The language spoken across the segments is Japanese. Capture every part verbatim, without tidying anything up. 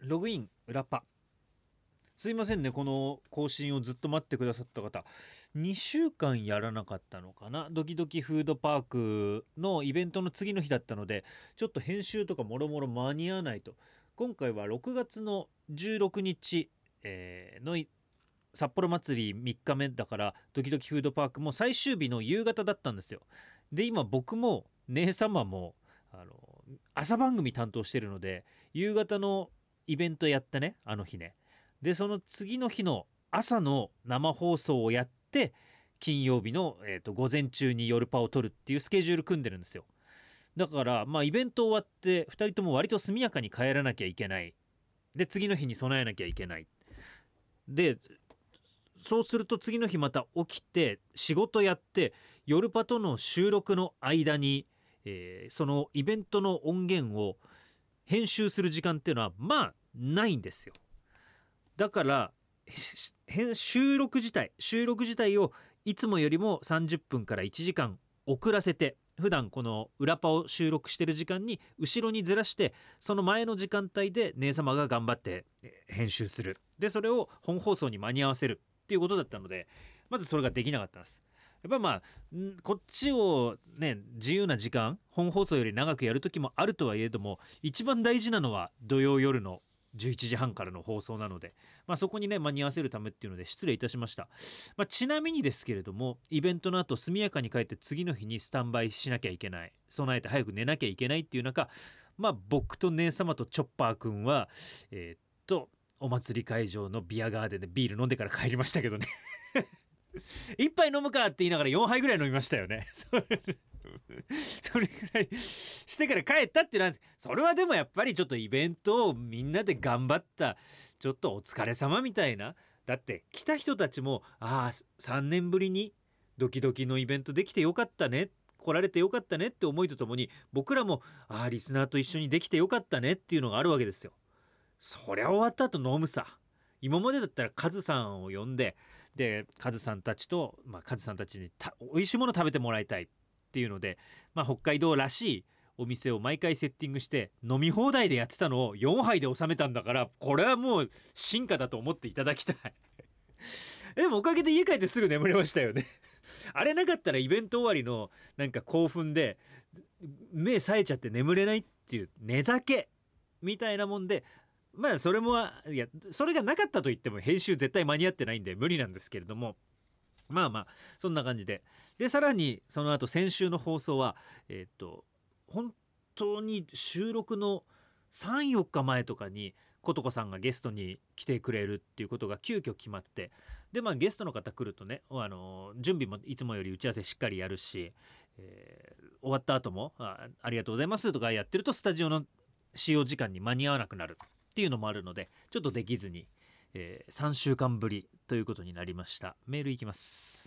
ログイン裏パ。すいませんね、この更新をずっと待ってくださった方、にしゅうかんやらなかったのかな。ドキドキフードパークのイベントの次の日だったので、ちょっと編集とかもろもろ間に合わないと。今回はろくがつのじゅうろくにち、えーの札幌祭りみっかめだから、ドキドキフードパークも最終日の夕方だったんですよ。で、今僕も姉様もあの朝番組担当してるので、夕方のイベントやったね、あの日ね。でその次の日の朝の生放送をやって、金曜日の、えーと、午前中に夜パを撮るっていうスケジュール組んでるんですよ。だからまあイベント終わってふたりとも割と速やかに帰らなきゃいけない。で次の日に備えなきゃいけない。でそうすると次の日また起きて仕事やって、夜パとの収録の間に、えー、そのイベントの音源を編集する時間っていうのはまあないんですよ。だから収録自体収録自体をいつもよりもさんじゅっぷんからいちじかん遅らせて、普段この裏パを収録してる時間に後ろにずらして、その前の時間帯で姉様が頑張って編集する。でそれを本放送に間に合わせるっていうことだったので、まずそれができなかったんです。やっぱまあこっちをね、自由な時間本放送より長くやる時もあるとはいえども、一番大事なのは土曜夜のじゅういちじはんからの放送なので、まあ、そこにね間に合わせるためっていうので失礼いたしました。まあ、ちなみにですけれども、イベントの後速やかに帰って次の日にスタンバイしなきゃいけない、備えて早く寝なきゃいけないっていう中、まあ僕と姉様とチョッパーくんはえー、っとお祭り会場のビアガーデンでビール飲んでから帰りましたけどね一杯飲むかって言いながらよんはいぐらい飲みましたよねそれぐらいしてから帰ったってなんです。それはでもやっぱりちょっとイベントをみんなで頑張った、ちょっとお疲れ様みたいな。だって来た人たちもああさんねんぶりにドキドキのイベントできてよかったね、来られてよかったねって思いとともに、僕らもああリスナーと一緒にできてよかったねっていうのがあるわけですよ。そりゃ終わった後飲むさ。今までだったらカズさんを呼んで、でカズさんたちと、まあ、カズさんたちにた美味しいもの食べてもらいたいっていうので、まあ、北海道らしいお店を毎回セッティングして飲み放題でやってたのをよんはいで収めたんだから、これはもう進化だと思っていただきたいでもおかげで家帰ってすぐ眠れましたよねあれなかったらイベント終わりのなんか興奮で目冴えちゃって眠れないっていう寝酒みたいなもんで、まあそれもいやそれがなかったと言っても編集絶対間に合ってないんで無理なんですけれども、まあまあそんな感じで、でさらにその後先週の放送はえっと本当に収録のさんよっかまえとかにことこさんがゲストに来てくれるっていうことが急遽決まって、でまあゲストの方来るとね、あの準備もいつもより打ち合わせしっかりやるし、えー、終わった後も あ, ありがとうございますとかやってるとスタジオの使用時間に間に合わなくなるっていうのもあるので、ちょっとできずに、えー、さんしゅうかんぶりということになりました。メールいきます。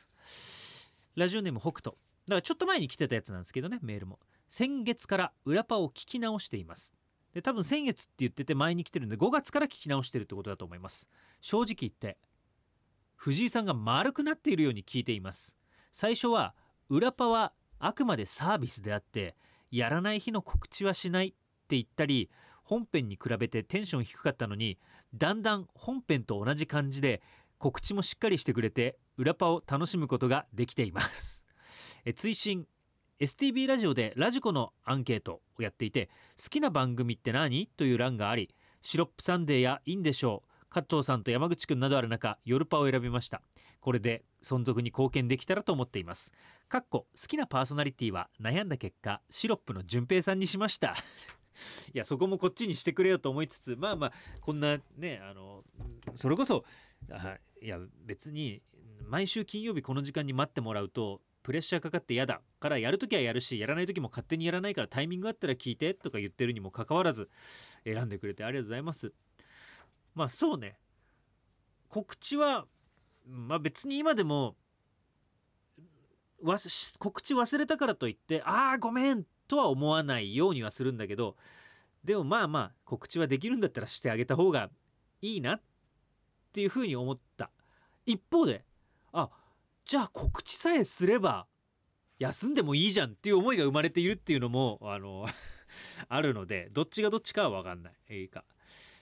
ラジオネーム北斗。だからちょっと前に来てたやつなんですけどね、メールも先月から裏パを聞き直しています。で多分先月って言ってて前に来てるんでごがつから聞き直してるってことだと思います。正直言って藤井さんが丸くなっているように聞いています。最初は裏パはあくまでサービスであってやらない日の告知はしないって言ったり、本編に比べてテンション低かったのに、だんだん本編と同じ感じで告知もしっかりしてくれて裏パを楽しむことができていますえ追伸 エスティービー ラジオでラジコのアンケートをやっていて、好きな番組って何という欄があり、シロップサンデーやインでしょう、加藤さんと山口くんなどある中、夜パを選びました。これで存続に貢献できたらと思っています。かっこ好きなパーソナリティは悩んだ結果シロップの順平さんにしましたいやそこもこっちにしてくれよと思いつつ、まあまあこんなね、あのそれこそあいや別に毎週金曜日この時間に待ってもらうとプレッシャーかかって嫌だから、やるときはやるしやらないときも勝手にやらないから、タイミングあったら聞いてとか言ってるにもかかわらず選んでくれてありがとうございます。まあそうね、告知はまあ別に今でもわ告知忘れたからといってああごめんとは思わないようにはするんだけど、でもまあまあ告知はできるんだったらしてあげた方がいいなっていうふうに思った。一方であじゃあ告知さえすれば休んでもいいじゃんっていう思いが生まれているっていうのもあのあるので、どっちがどっちかは分かんない。いいか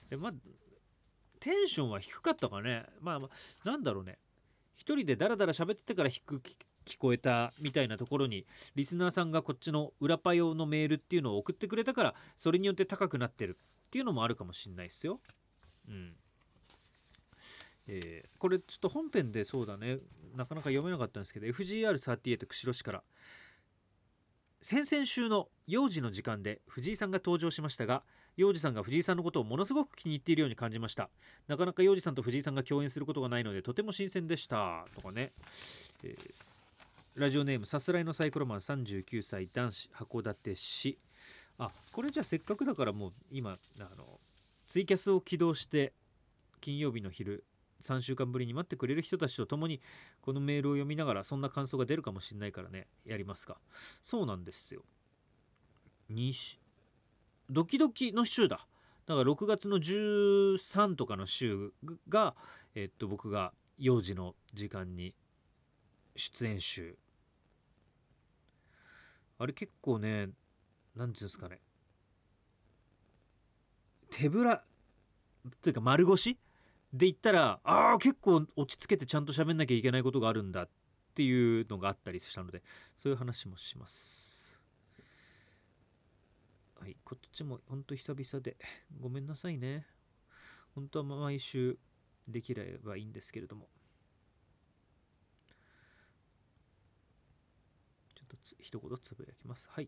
でまあテンションは低かったかね。まあ、まあ、なんだろうね、一人でダラダラ喋っててから低く聞こえたみたいなところにリスナーさんがこっちの裏パ用のメールっていうのを送ってくれたから、それによって高くなってるっていうのもあるかもしんないですよ。うんえー、これちょっと本編でそうだね、なかなか読めなかったんですけど、 エフジーアールさんじゅうはち 釧路市から、先々週の幼児の時間で藤井さんが登場しましたが、幼児さんが藤井さんのことをものすごく気に入っているように感じました。なかなか幼児さんと藤井さんが共演することがないのでとても新鮮でしたとかね、えー、ラジオネームさすらいのサイコロマンさんじゅうきゅうさい男子函館市。あ、これじゃあせっかくだからもう今あのツイキャスを起動して金曜日の昼さんしゅうかんぶりに待ってくれる人たちと共にこのメールを読みながら、そんな感想が出るかもしれないからね、やりますか。そうなんですよ、にドキドキの週だ。だからろくがつのじゅうさんとかの週が、えっと、僕が幼児の時間に出演週。あれ結構ね、なんていうんですかね、手ぶらというか丸腰で言ったら、ああ結構落ち着けてちゃんと喋んなきゃいけないことがあるんだっていうのがあったりしたので、そういう話もします。はい、こっちもほんと久々でごめんなさいね。本当は毎週できればいいんですけれども、ちょっとつ一言つぶやきます。はい、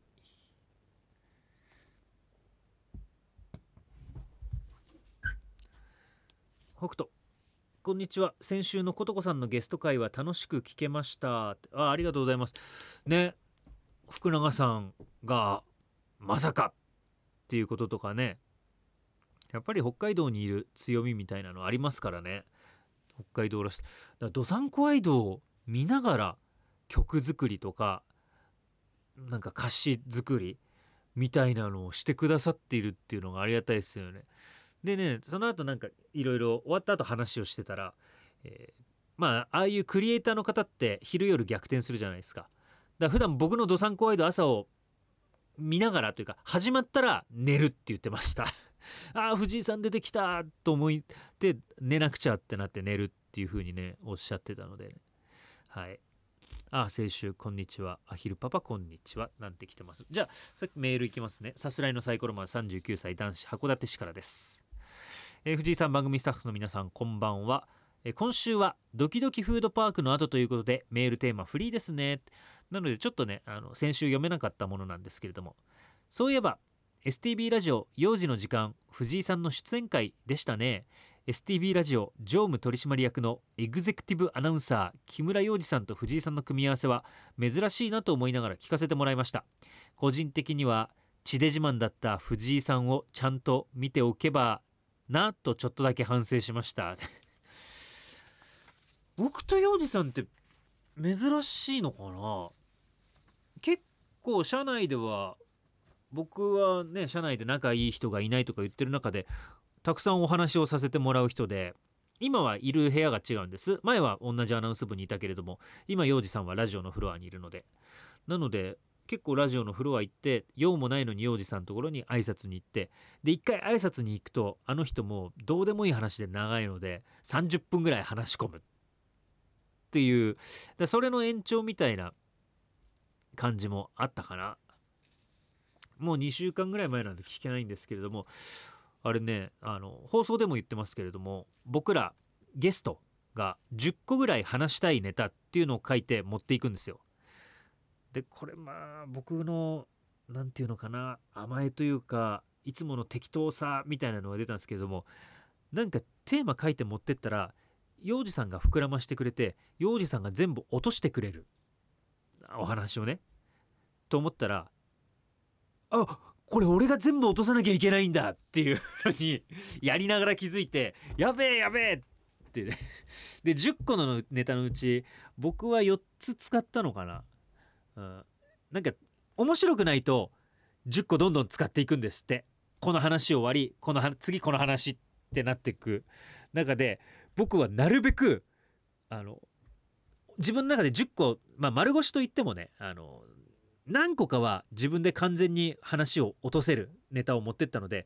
北斗、こんにちは。先週のことこさんのゲスト会は楽しく聞けました。あ、ありがとうございますね。福永さんがまさかっていうこととかね、やっぱり北海道にいる強みみたいなのありますからね。北海道らしい。だからどさんこワイドを見ながら曲作りとかなんか歌詞作りみたいなのをしてくださっているっていうのがありがたいですよね。でね、その後なんかいろいろ終わった後話をしてたら、えーまあああいうクリエイターの方って昼夜逆転するじゃないですか。だから普段僕のどさんこワイド朝を見ながらというか始まったら寝るって言ってましたああ藤井さん出てきたと思って寝なくちゃってなって寝るっていう風にねおっしゃってたので、ね、はい。ああ先週こんにちは、アヒルパパこんにちはなんて来てます。じゃあさっきメールいきますね。さすらいのサイコロマンさんじゅうきゅうさい男子函館市からです。えー、藤井さん、番組スタッフの皆さんこんばんは。えー、今週はドキドキフードパークの後ということでメールテーマフリーですね。なのでちょっとねあの先週読めなかったものなんですけれども、そういえば エスティービー ラジオ幼児の時間藤井さんの出演会でしたね。 エスティービー ラジオ常務取締役のエグゼクティブアナウンサー木村洋二さんと藤井さんの組み合わせは珍しいなと思いながら聞かせてもらいました。個人的には地デジマンだった藤井さんをちゃんと見ておけばなとちょっとだけ反省しました僕と洋二さんって珍しいのかな。結構社内では僕はね社内で仲いい人がいないとか言ってる中でたくさんお話をさせてもらう人で、今はいる部屋が違うんです。前は同じアナウンス部にいたけれども今洋二さんはラジオのフロアにいるので、なので結構ラジオのフロア行って用もないのに洋二さんのところに挨拶に行って、で一回挨拶に行くとあの人もどうでもいい話で長いのでさんじゅっぷんぐらい話し込むっていう、だそれの延長みたいな感じもあったかな。もうにしゅうかんぐらい前なんで聞けないんですけれども、あれねあの放送でも言ってますけれども、僕らゲストがじゅっこぐらい話したいネタっていうのを書いて持っていくんですよ。でこれまあ僕のなんていうのかな甘えというかいつもの適当さみたいなのが出たんですけれども、なんかテーマ書いて持ってったら洋二さんが膨らましてくれて洋二さんが全部落としてくれるお話をねと思ったら、あこれ俺が全部落とさなきゃいけないんだっていうのにやりながら気づいて、やべえやべえってねでじゅっこのネタのうち僕はよっつ使ったのかな。うん、なんか面白くないとじゅっこどんどん使っていくんですって。この話終わりこの次この話ってなっていく中で、僕はなるべくあの自分の中でじゅっこ、まあ、丸腰といってもねあの何個かは自分で完全に話を落とせるネタを持ってったので、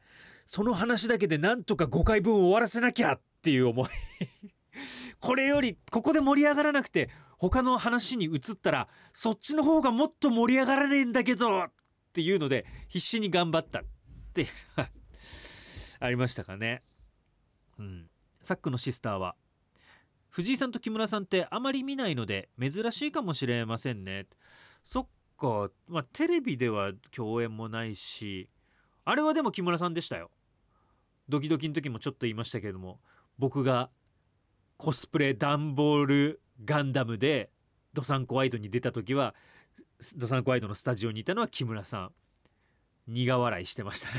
その話だけでなんとかごかいぶん終わらせなきゃっていう思いこれよりここで盛り上がらなくて他の話に移ったらそっちの方がもっと盛り上がらねえんだけどっていうので必死に頑張ったっていうのがありましたかね。うん、サックのシスターは藤井さんと木村さんってあまり見ないので珍しいかもしれませんね。そっか、まあテレビでは共演もないし、あれはでも木村さんでしたよ。ドキドキの時もちょっと言いましたけれども、僕がコスプレダンボールガンダムでドサンコワイドに出た時はドサンコワイドのスタジオにいたのは木村さん。苦笑いしてましたね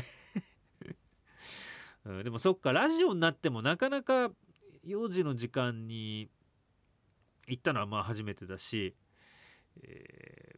うん、でもそっか、ラジオになってもなかなか幼児の時間に行ったのはまあ初めてだし、え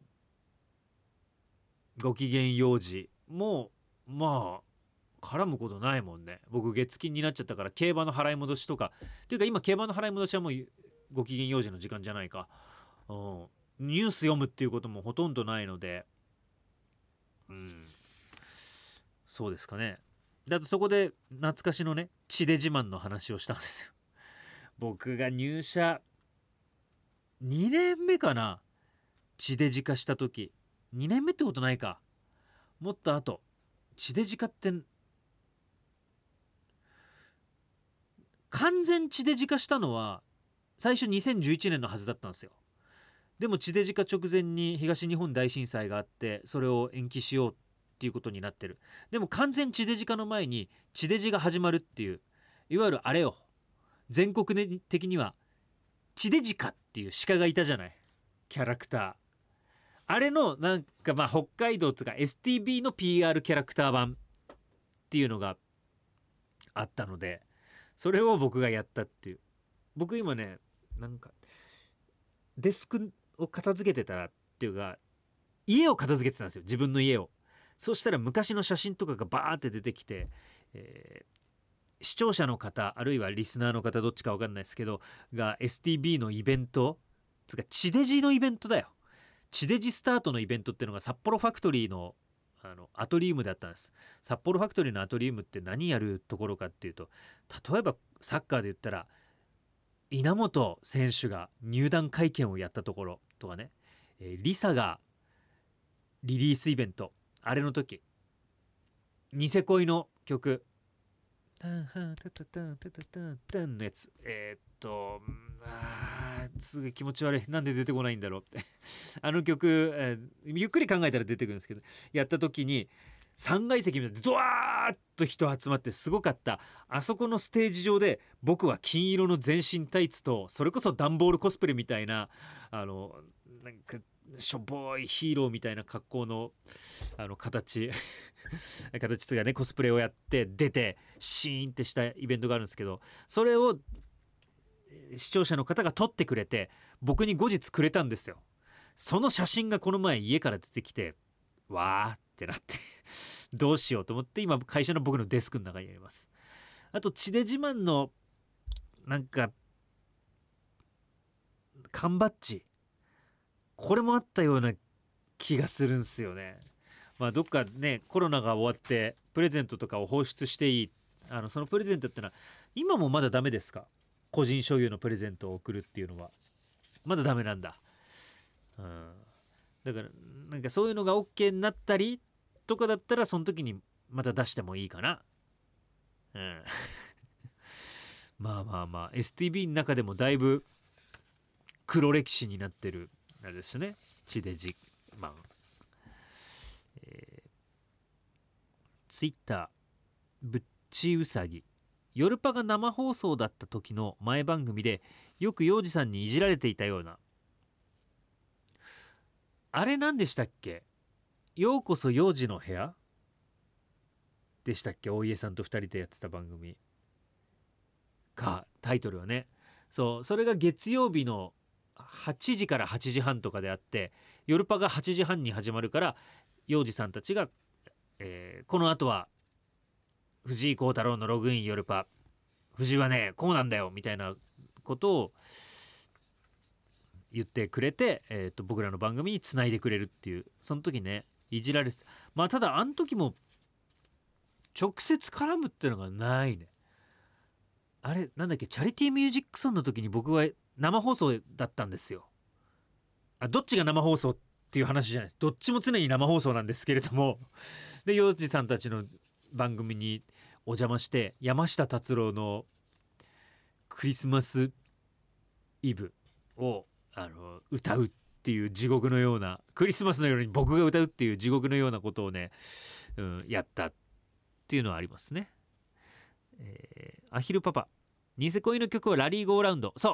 ーご機嫌幼児もまあ絡むことないもんね。僕月金になっちゃったから競馬の払い戻しとかっていうか、今競馬の払い戻しはもうご機嫌幼児の時間じゃないか、うん、ニュース読むっていうこともほとんどないので、うん、そうですかね。だとそこで懐かしのね地デジマンの話をしたんですよ。僕が入社にねんめかな、地デジ化した時。にねんめってことないか、もっと後。地デジ化って完全地デジ化したのは最初にせんじゅういちねんのはずだったんですよ。でも地デジ化直前に東日本大震災があってそれを延期しようっていうことになってる。でも完全地デジ化の前に地デジが始まるっていう、いわゆるあれよ、全国的には地デジカっていう鹿がいたじゃない、キャラクター。あれのなんかまあ北海道つか エスティービー の ピーアール キャラクター版っていうのがあったので、それを僕がやったっていう。僕今ねなんかデスクを片付けてたらっていうか家を片付けてたんですよ、自分の家を。そしたら昔の写真とかがバーって出てきて、えー視聴者の方あるいはリスナーの方どっちか分かんないですけどが エスティービー のイベントつか地デジのイベントだよ。地デジスタートのイベントっていうのが札幌ファクトリーのあのアトリウムだったんです。札幌ファクトリーのアトリウムって何やるところかっていうと、例えばサッカーで言ったら稲本選手が入団会見をやったところとかね、えー、リサがリリースイベント、あれの時ニセ恋の曲タンハンタタタンタタタンタンのやつ、えー、っとあーすごい気持ち悪い、なんで出てこないんだろうってあの曲、えー、ゆっくり考えたら出てくるんですけど、やった時にさんがい席みたいでドワーッと人集まってすごかった。あそこのステージ上で僕は金色の全身タイツとそれこそ段ボールコスプレみたいなあのなんかしょぼいヒーローみたいな格好のあの形形がねコスプレをやって出てシーンってしたイベントがあるんですけど、それを視聴者の方が撮ってくれて僕に後日くれたんですよ。その写真がこの前家から出てきてわーってなってどうしようと思って今会社の僕のデスクの中にあります。あと地デジマンのなんか缶バッジ、これもあったような気がするんすよね。まあどっかねコロナが終わってプレゼントとかを放出していい、あのそのプレゼントってのは今もまだダメですか？個人所有のプレゼントを送るっていうのはまだダメなんだ。うん、だからなんかそういうのが OK になったりとかだったらその時にまた出してもいいかな。うんまあまあまあ エスティービー の中でもだいぶ黒歴史になってるあれですね、地デジマン。えー、ツイッターぶっちうさぎ、夜パが生放送だった時の前番組でよく幼児さんにいじられていたような、あれ何でしたっけ、ようこそ幼児の部屋でしたっけ、大家さんとふたりでやってた番組か、タイトルはね。そう、それが月曜日のはちじからはちじはんとかであって、夜パがはちじはんに始まるから幼児さんたちが、えー、この後は藤井幸太郎のログイン夜パ、藤井はねこうなんだよみたいなことを言ってくれて、えー、と僕らの番組につないでくれるっていう、その時ねいじられて、まあただあの時も直接絡むってのがないね。あれなんだっけ、チャリティーミュージックソンの時に僕は生放送だったんですよ。あ、どっちが生放送っていう話じゃないです。どっちも常に生放送なんですけれども、で洋二さんたちの番組にお邪魔して山下達郎のクリスマスイブをあの歌うっていう地獄のような、クリスマスの夜に僕が歌うっていう地獄のようなことをね、うん、やったっていうのはありますね。えー、アヒルパパ、ニセ恋の曲はラリーゴーラウンド。そう、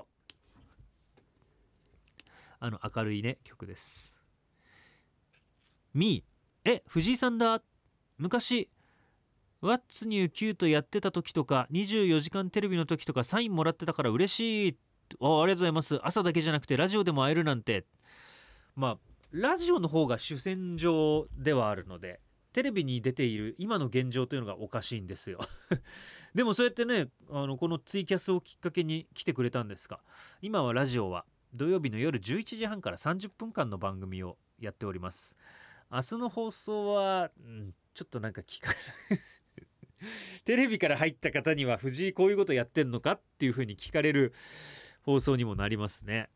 あの明るいね曲です。ミー、え藤井さんだ。昔ワッツニューキュートやってた時とかにじゅうよじかんテレビの時とかサインもらってたから嬉しい。あ、ありがとうございます。朝だけじゃなくてラジオでも会えるなんて。まあラジオの方が主戦場ではあるので、テレビに出ている今の現状というのがおかしいんですよでもそうやってね、あのこのツイキャスをきっかけに来てくれたんですが、今はラジオは土曜日の夜じゅういちじはんからさんじゅっぷんかんの番組をやっております。明日の放送は、うん、ちょっとなんか聞かないテレビから入った方には藤井こういうことやってんのかっていう風に聞かれる放送にもなりますね。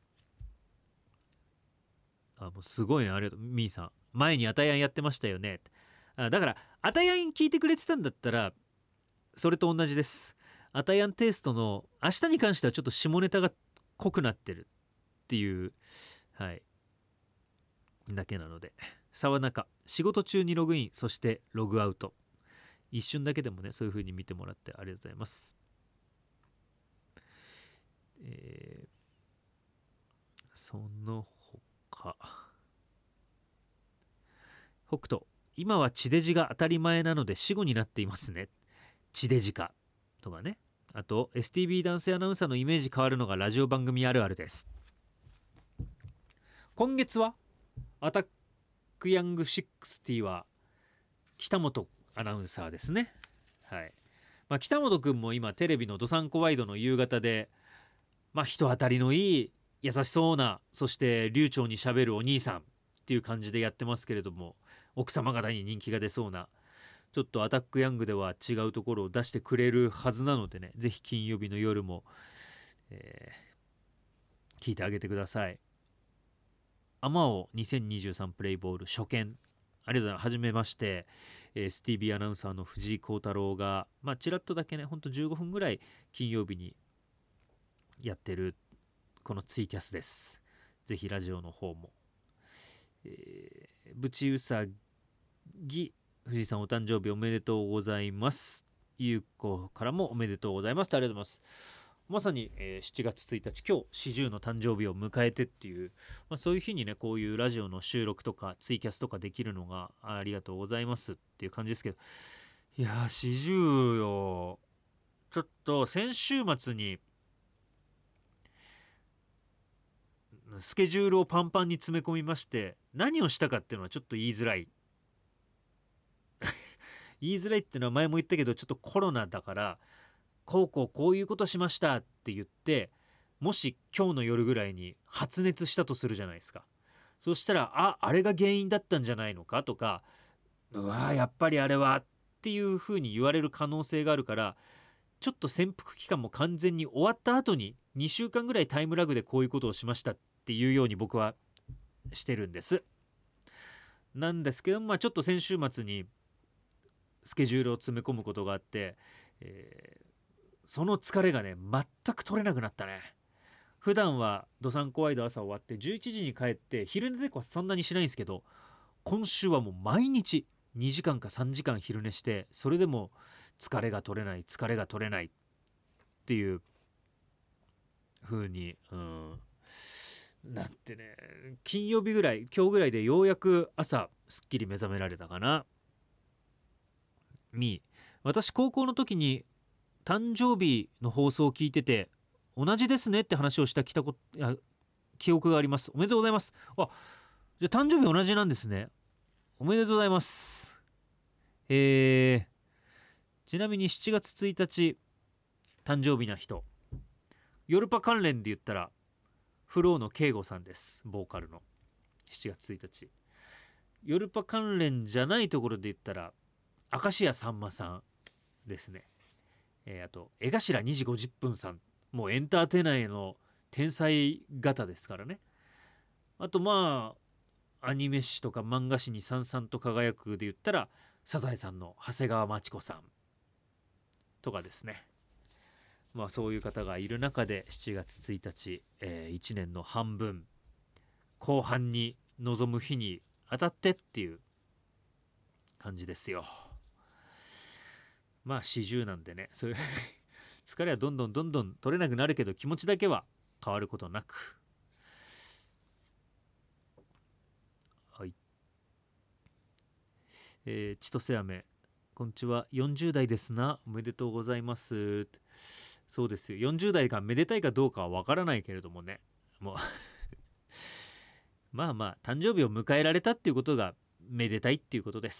あ、もうすごいね、ありがとう。みーさん前にアタヤンやってましたよね。あ、だからアタヤン聞いてくれてたんだったらそれと同じです。アタヤンテイストの明日に関してはちょっと下ネタが濃くなってるっていう、はいだけなので。沢中、仕事中にログイン、そしてログアウト、一瞬だけでもねそういう風に見てもらってありがとうございます。えー、その他北斗、今は地デジが当たり前なので死語になっていますね。地デジかとかね。あと エスティービー 男性アナウンサーのイメージ変わるのがラジオ番組あるあるです。今月はアタックヤングろくは北本アナウンサーですね。はい、まあ、北本くんも今テレビのどさんこワイドの夕方で、まあ、人当たりのいい優しそうな、そして流暢にしゃべるお兄さんっていう感じでやってますけれども、奥様方に人気が出そうな、ちょっとアタックヤングでは違うところを出してくれるはずなのでね、ぜひ金曜日の夜も、えー、聞いてあげてください。アマオにせんにじゅうさんプレイボール初見、ありがとうございます。はじめまして、エスティービー アナウンサーの藤井幸太郎が、まあ、ちらっとだけね、ほんとじゅうごふんぐらい金曜日にやってるこのツイキャスです。ぜひラジオの方も。えー、ぶちうさぎ、藤井さんお誕生日おめでとうございます。ゆうこからもおめでとうございます。ありがとうございます。まさに、えー、しちがつついたち、今日四十の誕生日を迎えてっていう、まあ、そういう日にねこういうラジオの収録とかツイキャスとかできるのがありがとうございますっていう感じですけど、いやー四十よ、ちょっと先週末にスケジュールをパンパンに詰め込みまして、何をしたかっていうのはちょっと言いづらい言いづらいっていうのは前も言ったけど、ちょっとコロナだからこうこうこういうことしましたって言って、もし今日の夜ぐらいに発熱したとするじゃないですか。そしたらああれが原因だったんじゃないのかとか、うわやっぱりあれはっていう風に言われる可能性があるから、ちょっと潜伏期間も完全に終わった後ににしゅうかんぐらいタイムラグでこういうことをしましたっていうように僕はしてるんです。なんですけど、まあちょっと先週末にスケジュールを詰め込むことがあって、えーその疲れがね全く取れなくなったね。普段はどさんこワイド朝終わってじゅういちじに帰って昼寝でこそんなにしないんですけど、今週はもう毎日にじかんかさんじかん昼寝して、それでも疲れが取れない疲れが取れないっていう風に、うんなってね、金曜日ぐらい今日ぐらいでようやく朝すっきり目覚められたかな。み私高校の時に誕生日の放送を聞いてて同じですねって話をしたきたこ記憶があります。おめでとうございます。あ、じゃあ誕生日同じなんですね。おめでとうございます。えー、ちなみにしちがつついたち誕生日な人、ヨルパ関連で言ったらフローの慶吾さんです。ボーカルの。しちがつついたち。ヨルパ関連じゃないところで言ったら明石家さんまさんですね、えー、あと江頭にじごじゅっぷんさん、もうエンターテイナーの天才型ですからね。あとまあアニメ史とか漫画史にさんさんと輝くで言ったらサザエさんの長谷川町子さんとかですね。まあそういう方がいる中でしちがつついたち、えー、いちねんの半分後半に臨む日に当たってっていう感じですよ。まあ四十なんでね、そういう疲れはどんどんどんどん取れなくなるけど気持ちだけは変わることなく。はい。えー、千歳飴、こんにちは、よんじゅう代ですな、おめでとうございます。そうですよ、よんじゅう代がめでたいかどうかはわからないけれどもね、もうまあまあ誕生日を迎えられたっていうことがめでたいっていうことです。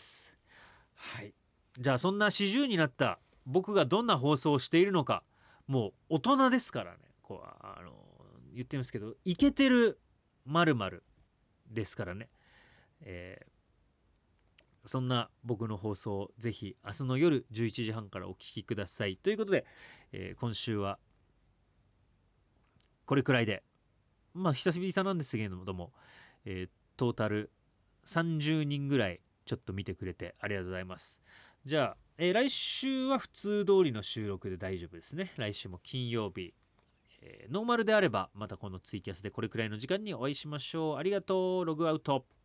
はい。じゃあそんなよんじゅうになった僕がどんな放送をしているのか、もう大人ですからね、こうあの言ってますけど、イケてる〇〇ですからね、えーそんな僕の放送ぜひ明日の夜じゅういちじはんからお聞きくださいということで、えー今週はこれくらいで、まあ久しぶりさなんですけれども、えートータルさんじゅうにんぐらいちょっと見てくれてありがとうございます。じゃあ、えー来週は普通通りの収録で大丈夫ですね。来週も金曜日、えーノーマルであればまたこのツイキャスでこれくらいの時間にお会いしましょう。ありがとう。ログアウト。